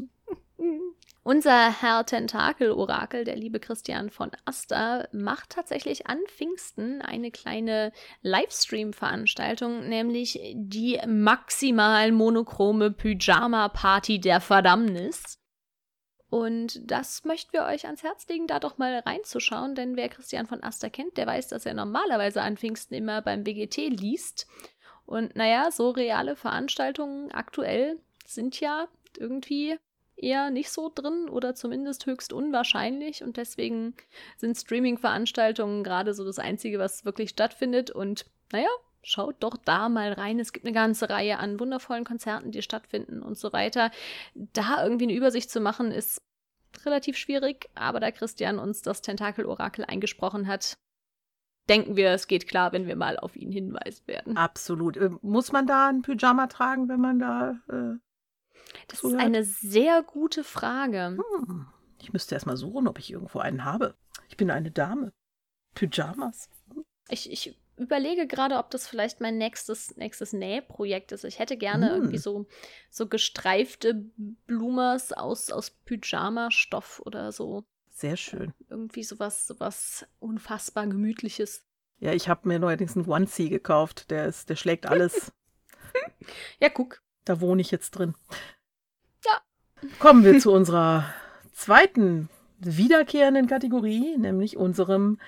Unser Herr Tentakel-Orakel, der liebe Christian von Aster, macht tatsächlich an Pfingsten eine kleine Livestream-Veranstaltung, nämlich die maximal monochrome Pyjama-Party der Verdammnis. Und das möchten wir euch ans Herz legen, da doch mal reinzuschauen, denn wer Christian von Aster kennt, der weiß, dass er normalerweise an Pfingsten immer beim BGT liest. Und naja, so reale Veranstaltungen aktuell sind ja irgendwie eher nicht so drin oder zumindest höchst unwahrscheinlich. Und deswegen sind Streaming-Veranstaltungen gerade so das Einzige, was wirklich stattfindet. Und naja, schaut doch da mal rein. Es gibt eine ganze Reihe an wundervollen Konzerten, die stattfinden und so weiter. Da irgendwie eine Übersicht zu machen, ist relativ schwierig. Aber da Christian uns das Tentakel-Orakel eingesprochen hat, denken wir, es geht klar, wenn wir mal auf ihn hinweisen werden. Absolut. Muss man da ein Pyjama tragen, wenn man da das ist eine sehr gute Frage. Ich müsste erst mal suchen, ob ich irgendwo einen habe. Ich bin eine Dame. Pyjamas. Ich überlege gerade, ob das vielleicht mein nächstes Nähprojekt ist. Ich hätte gerne irgendwie so gestreifte Bloomers aus Pyjama-Stoff oder so. Sehr schön. Irgendwie sowas unfassbar Gemütliches. Ja, ich habe mir neuerdings einen Onesie gekauft. Der schlägt alles. Ja, guck. Da wohne ich jetzt drin. Ja. Kommen wir zu unserer zweiten wiederkehrenden Kategorie, nämlich unserem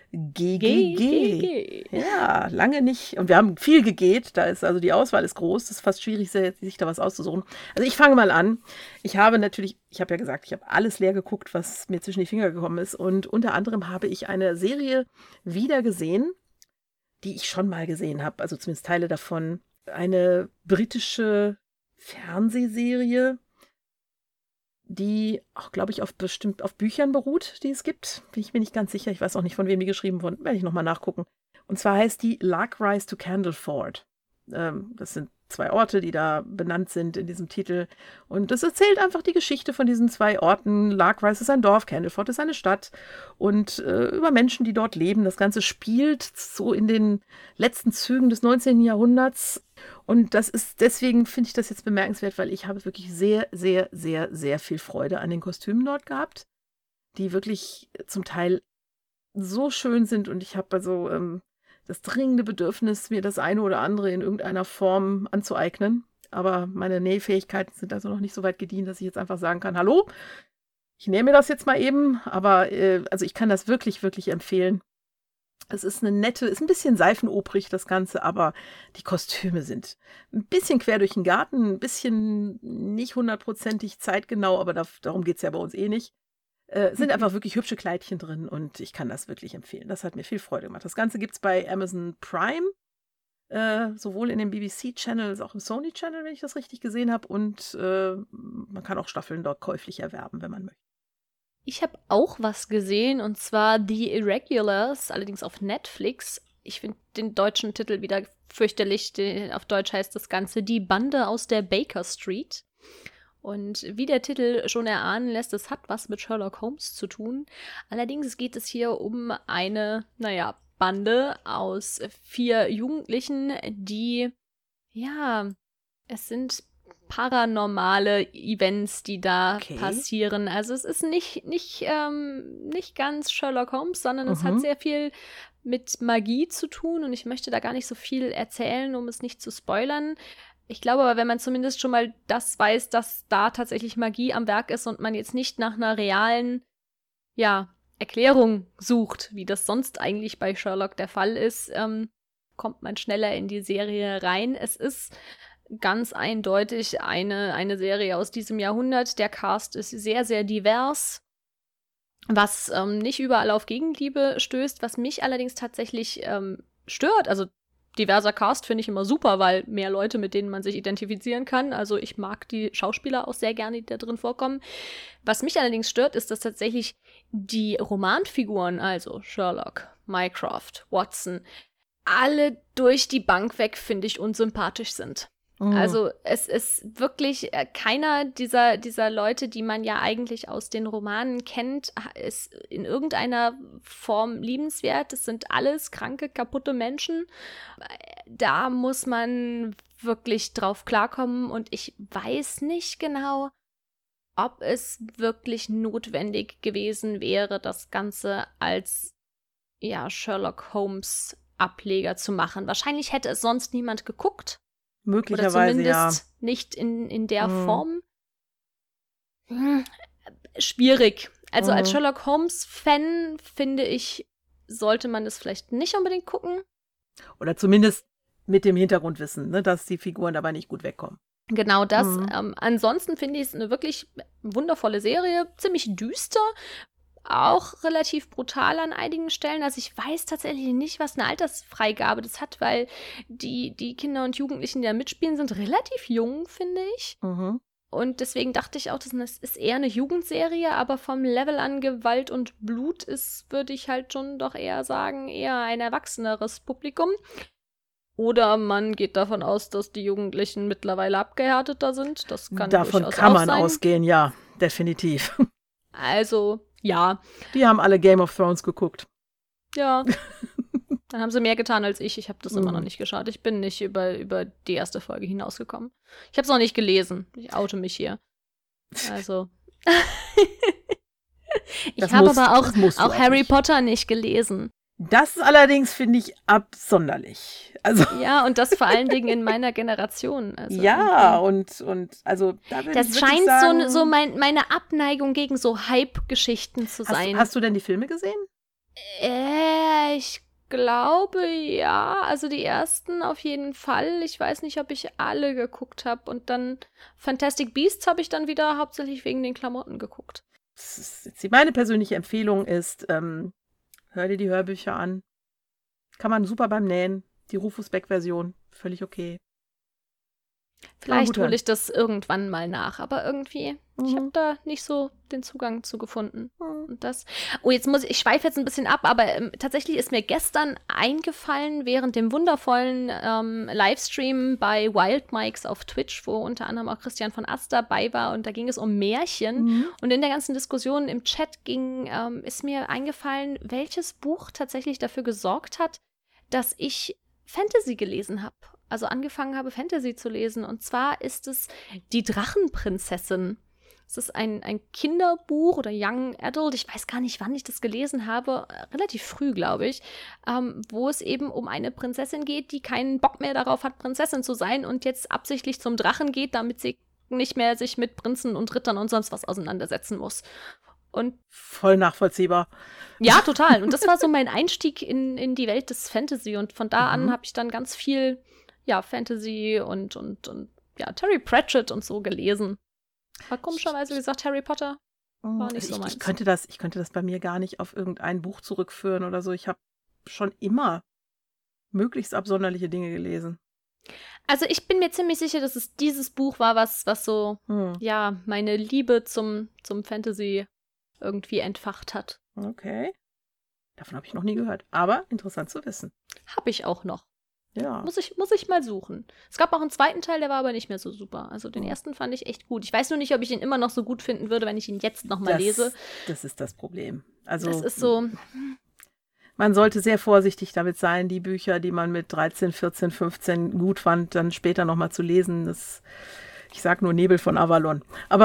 GGG. Ja, lange nicht. Und wir haben viel gegeht. Da ist also die Auswahl ist groß. Das ist fast schwierig, sich da was auszusuchen. Also ich fange mal an. Ich habe ja gesagt, ich habe alles leer geguckt, was mir zwischen die Finger gekommen ist. Und unter anderem habe ich eine Serie wieder gesehen, die ich schon mal gesehen habe. Also zumindest Teile davon. Eine britische Fernsehserie, die auch, glaube ich, bestimmt auf Büchern beruht, die es gibt. Bin ich mir nicht ganz sicher. Ich weiß auch nicht, von wem die geschrieben wurden. Werde ich nochmal nachgucken. Und zwar heißt die Lark Rise to Candleford. Das sind 2 Orte, die da benannt sind in diesem Titel. Und das erzählt einfach die Geschichte von diesen 2 Orten. Lark Rise ist ein Dorf, Candleford ist eine Stadt. Und über Menschen, die dort leben. Das Ganze spielt so in den letzten Zügen des 19. Jahrhunderts. Und deswegen finde ich das jetzt bemerkenswert, weil ich habe wirklich sehr, sehr, sehr, sehr viel Freude an den Kostümen dort gehabt, die wirklich zum Teil so schön sind. Und ich habe also das dringende Bedürfnis, mir das eine oder andere in irgendeiner Form anzueignen. Aber meine Nähfähigkeiten sind also noch nicht so weit gediehen, dass ich jetzt einfach sagen kann, hallo, ich nähe mir das jetzt mal eben. Aber also ich kann das wirklich, wirklich empfehlen. Es ist ist ein bisschen seifenoprig, das Ganze, aber die Kostüme sind ein bisschen quer durch den Garten, ein bisschen nicht 100%ig zeitgenau, aber darum geht es ja bei uns eh nicht. Sind einfach wirklich hübsche Kleidchen drin und ich kann das wirklich empfehlen. Das hat mir viel Freude gemacht. Das Ganze gibt es bei Amazon Prime, sowohl in dem BBC-Channel als auch im Sony-Channel, wenn ich das richtig gesehen habe. Und man kann auch Staffeln dort käuflich erwerben, wenn man möchte. Ich habe auch was gesehen, und zwar The Irregulars, allerdings auf Netflix. Ich finde den deutschen Titel wieder fürchterlich. Auf Deutsch heißt das Ganze Die Bande aus der Baker Street. Und wie der Titel schon erahnen lässt, es hat was mit Sherlock Holmes zu tun. Allerdings geht es hier um eine, Bande aus 4 Jugendlichen, die, es sind paranormale Events, die da passieren. Also es ist nicht ganz Sherlock Holmes, sondern es hat sehr viel mit Magie zu tun und ich möchte da gar nicht so viel erzählen, um es nicht zu spoilern. Ich glaube aber, wenn man zumindest schon mal das weiß, dass da tatsächlich Magie am Werk ist und man jetzt nicht nach einer realen, Erklärung sucht, wie das sonst eigentlich bei Sherlock der Fall ist, kommt man schneller in die Serie rein. Es ist ganz eindeutig eine Serie aus diesem Jahrhundert. Der Cast ist sehr, sehr divers, was nicht überall auf Gegenliebe stößt, was mich allerdings tatsächlich stört. Also diverser Cast finde ich immer super, weil mehr Leute, mit denen man sich identifizieren kann. Also ich mag die Schauspieler auch sehr gerne, die da drin vorkommen. Was mich allerdings stört, ist, dass tatsächlich die Romanfiguren, also Sherlock, Mycroft, Watson, alle durch die Bank weg, finde ich, unsympathisch sind. Also es ist wirklich keiner dieser Leute, die man ja eigentlich aus den Romanen kennt, ist in irgendeiner Form liebenswert. Es sind alles kranke, kaputte Menschen. Da muss man wirklich drauf klarkommen und ich weiß nicht genau, ob es wirklich notwendig gewesen wäre, das Ganze als Sherlock Holmes Ableger zu machen. Wahrscheinlich hätte es sonst niemand geguckt. Möglicherweise, oder zumindest nicht in der Form. Schwierig. Also als Sherlock Holmes-Fan, finde ich, sollte man das vielleicht nicht unbedingt gucken. Oder zumindest mit dem Hintergrundwissen, ne, dass die Figuren dabei nicht gut wegkommen. Genau das. Ansonsten finde ich es eine wirklich wundervolle Serie, ziemlich düster, auch relativ brutal an einigen Stellen. Also ich weiß tatsächlich nicht, was eine Altersfreigabe das hat, weil die Kinder und Jugendlichen, die da mitspielen, sind relativ jung, finde ich. Und deswegen dachte ich auch, das ist eher eine Jugendserie, aber vom Level an Gewalt und Blut ist, würde ich halt schon doch eher sagen, eher ein erwachseneres Publikum. Oder man geht davon aus, dass die Jugendlichen mittlerweile abgehärteter sind. Das kann davon durchaus kann auch man sein. ausgehen, ja, definitiv. Also, ja. Die haben alle Game of Thrones geguckt. Ja. Dann haben sie mehr getan als ich. Ich habe das immer noch nicht geschaut. Ich bin nicht über die erste Folge hinausgekommen. Ich habe es noch nicht gelesen. Ich oute mich hier. Also. Ich habe aber auch Harry Potter nicht gelesen. Das allerdings finde ich absonderlich. Also ja, und das vor allen Dingen in meiner Generation. Also ja, und also da würde das ich scheint sagen, so meine Abneigung gegen so Hype-Geschichten zu sein. Hast du denn die Filme gesehen? Ich glaube, ja. Also die ersten auf jeden Fall. Ich weiß nicht, ob ich alle geguckt habe. Und dann Fantastic Beasts habe ich dann wieder hauptsächlich wegen den Klamotten geguckt. Meine persönliche Empfehlung ist, hör dir die Hörbücher an. Kann man super beim Nähen. Die Rufus Beck-Version, völlig okay. Vielleicht hole ich das irgendwann mal nach, aber irgendwie, ich habe da nicht so den Zugang zu gefunden. Und das. Oh, ich schweife jetzt ein bisschen ab, aber tatsächlich ist mir gestern eingefallen, während dem wundervollen Livestream bei Wild Mikes auf Twitch, wo unter anderem auch Christian von Ast dabei war, und da ging es um Märchen. Und in der ganzen Diskussion im Chat ist mir eingefallen, welches Buch tatsächlich dafür gesorgt hat, dass ich Fantasy gelesen habe. Also angefangen habe, Fantasy zu lesen. Und zwar ist es Die Drachenprinzessin. Es ist ein Kinderbuch oder Young Adult. Ich weiß gar nicht, wann ich das gelesen habe. Relativ früh, glaube ich. Wo es eben um eine Prinzessin geht, die keinen Bock mehr darauf hat, Prinzessin zu sein und jetzt absichtlich zum Drachen geht, damit sie nicht mehr sich mit Prinzen und Rittern und sonst was auseinandersetzen muss. Und voll nachvollziehbar. Ja, total. Und das war so mein Einstieg in die Welt des Fantasy. Und von da an habe ich dann ganz viel Fantasy und Terry Pratchett und so gelesen. Aber komischerweise gesagt, Harry Potter war nicht so meins. Ich könnte das bei mir gar nicht auf irgendein Buch zurückführen oder so. Ich habe schon immer möglichst absonderliche Dinge gelesen. Also ich bin mir ziemlich sicher, dass es dieses Buch war, was so, meine Liebe zum Fantasy irgendwie entfacht hat. Okay. Davon habe ich noch nie gehört. Aber interessant zu wissen. Habe ich auch noch. Ja. Muss ich mal suchen. Es gab auch einen zweiten Teil, der war aber nicht mehr so super. Also den ersten fand ich echt gut. Ich weiß nur nicht, ob ich ihn immer noch so gut finden würde, wenn ich ihn jetzt noch mal lese. Das ist das Problem. Also das ist so. Man sollte sehr vorsichtig damit sein, die Bücher, die man mit 13, 14, 15 gut fand, dann später noch mal zu lesen. Ich sag nur Nebel von Avalon. Aber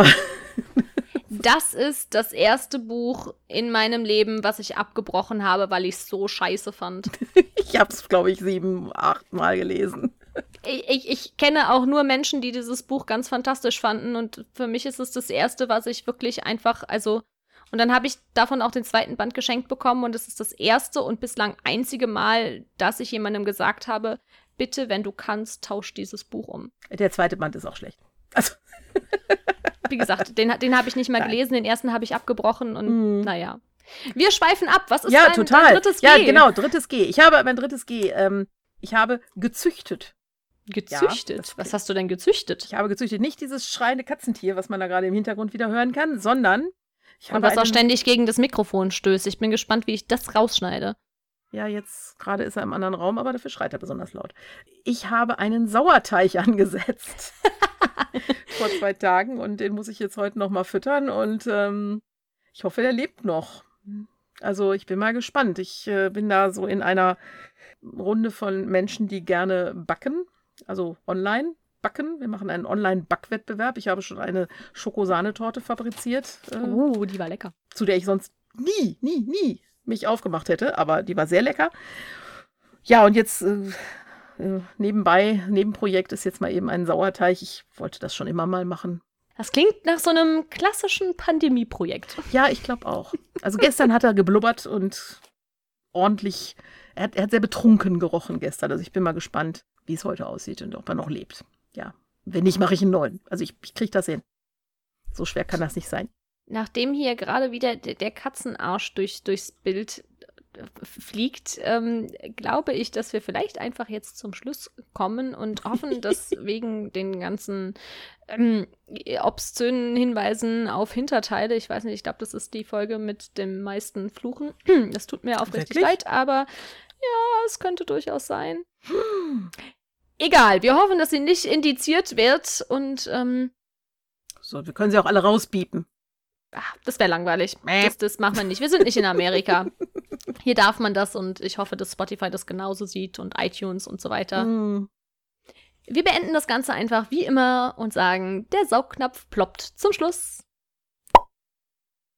das ist das erste Buch in meinem Leben, was ich abgebrochen habe, weil ich es so scheiße fand. Ich habe es, glaube ich, 7, 8 Mal gelesen. Ich kenne auch nur Menschen, die dieses Buch ganz fantastisch fanden. Und für mich ist es das erste, was ich wirklich einfach, Und dann habe ich davon auch den zweiten Band geschenkt bekommen und es ist das erste und bislang einzige Mal, dass ich jemandem gesagt habe, bitte, wenn du kannst, tausch dieses Buch um. Der zweite Band ist auch schlecht. Also. Wie gesagt, den habe ich nicht mal gelesen, den ersten habe ich abgebrochen und naja. Wir schweifen ab. Was ist dein drittes G? Ja, genau, drittes G. Ich habe mein drittes G. Ich habe gezüchtet. Gezüchtet? Was hast du denn gezüchtet? Ich habe gezüchtet. Nicht dieses schreiende Katzentier, was man da gerade im Hintergrund wieder hören kann, sondern und was auch ständig gegen das Mikrofon stößt. Ich bin gespannt, wie ich das rausschneide. Ja, jetzt gerade ist er im anderen Raum, aber dafür schreit er besonders laut. Ich habe einen Sauerteig angesetzt. Vor 2 Tagen und den muss ich jetzt heute noch mal füttern und ich hoffe, der lebt noch. Also ich bin mal gespannt. Ich bin da so in einer Runde von Menschen, die gerne backen, also online backen. Wir machen einen Online-Backwettbewerb. Ich habe schon eine Schokosahnetorte fabriziert. Die war lecker. Zu der ich sonst nie mich aufgemacht hätte, aber die war sehr lecker. Ja, und jetzt Nebenprojekt ist jetzt mal eben ein Sauerteig. Ich wollte das schon immer mal machen. Das klingt nach so einem klassischen Pandemieprojekt. Ja, ich glaube auch. Also gestern hat er geblubbert und ordentlich, er hat sehr betrunken gerochen gestern. Also ich bin mal gespannt, wie es heute aussieht und ob er noch lebt. Ja, wenn nicht, mache ich einen neuen. Also ich kriege das hin. So schwer kann das nicht sein. Nachdem hier gerade wieder der Katzenarsch durchs Bild fliegt, glaube ich, dass wir vielleicht einfach jetzt zum Schluss kommen und hoffen, dass wegen den ganzen obszönen Hinweisen auf Hinterteile, ich weiß nicht, ich glaube, das ist die Folge mit dem meisten Fluchen. Das tut mir aufrichtig leid, aber ja, es könnte durchaus sein. Egal, wir hoffen, dass sie nicht indiziert wird und so, wir können sie auch alle rausbiepen. Das wäre langweilig. Das machen wir nicht. Wir sind nicht in Amerika. Hier darf man das und ich hoffe, dass Spotify das genauso sieht und iTunes und so weiter. Wir beenden das Ganze einfach wie immer und sagen, der Saugnapf ploppt zum Schluss.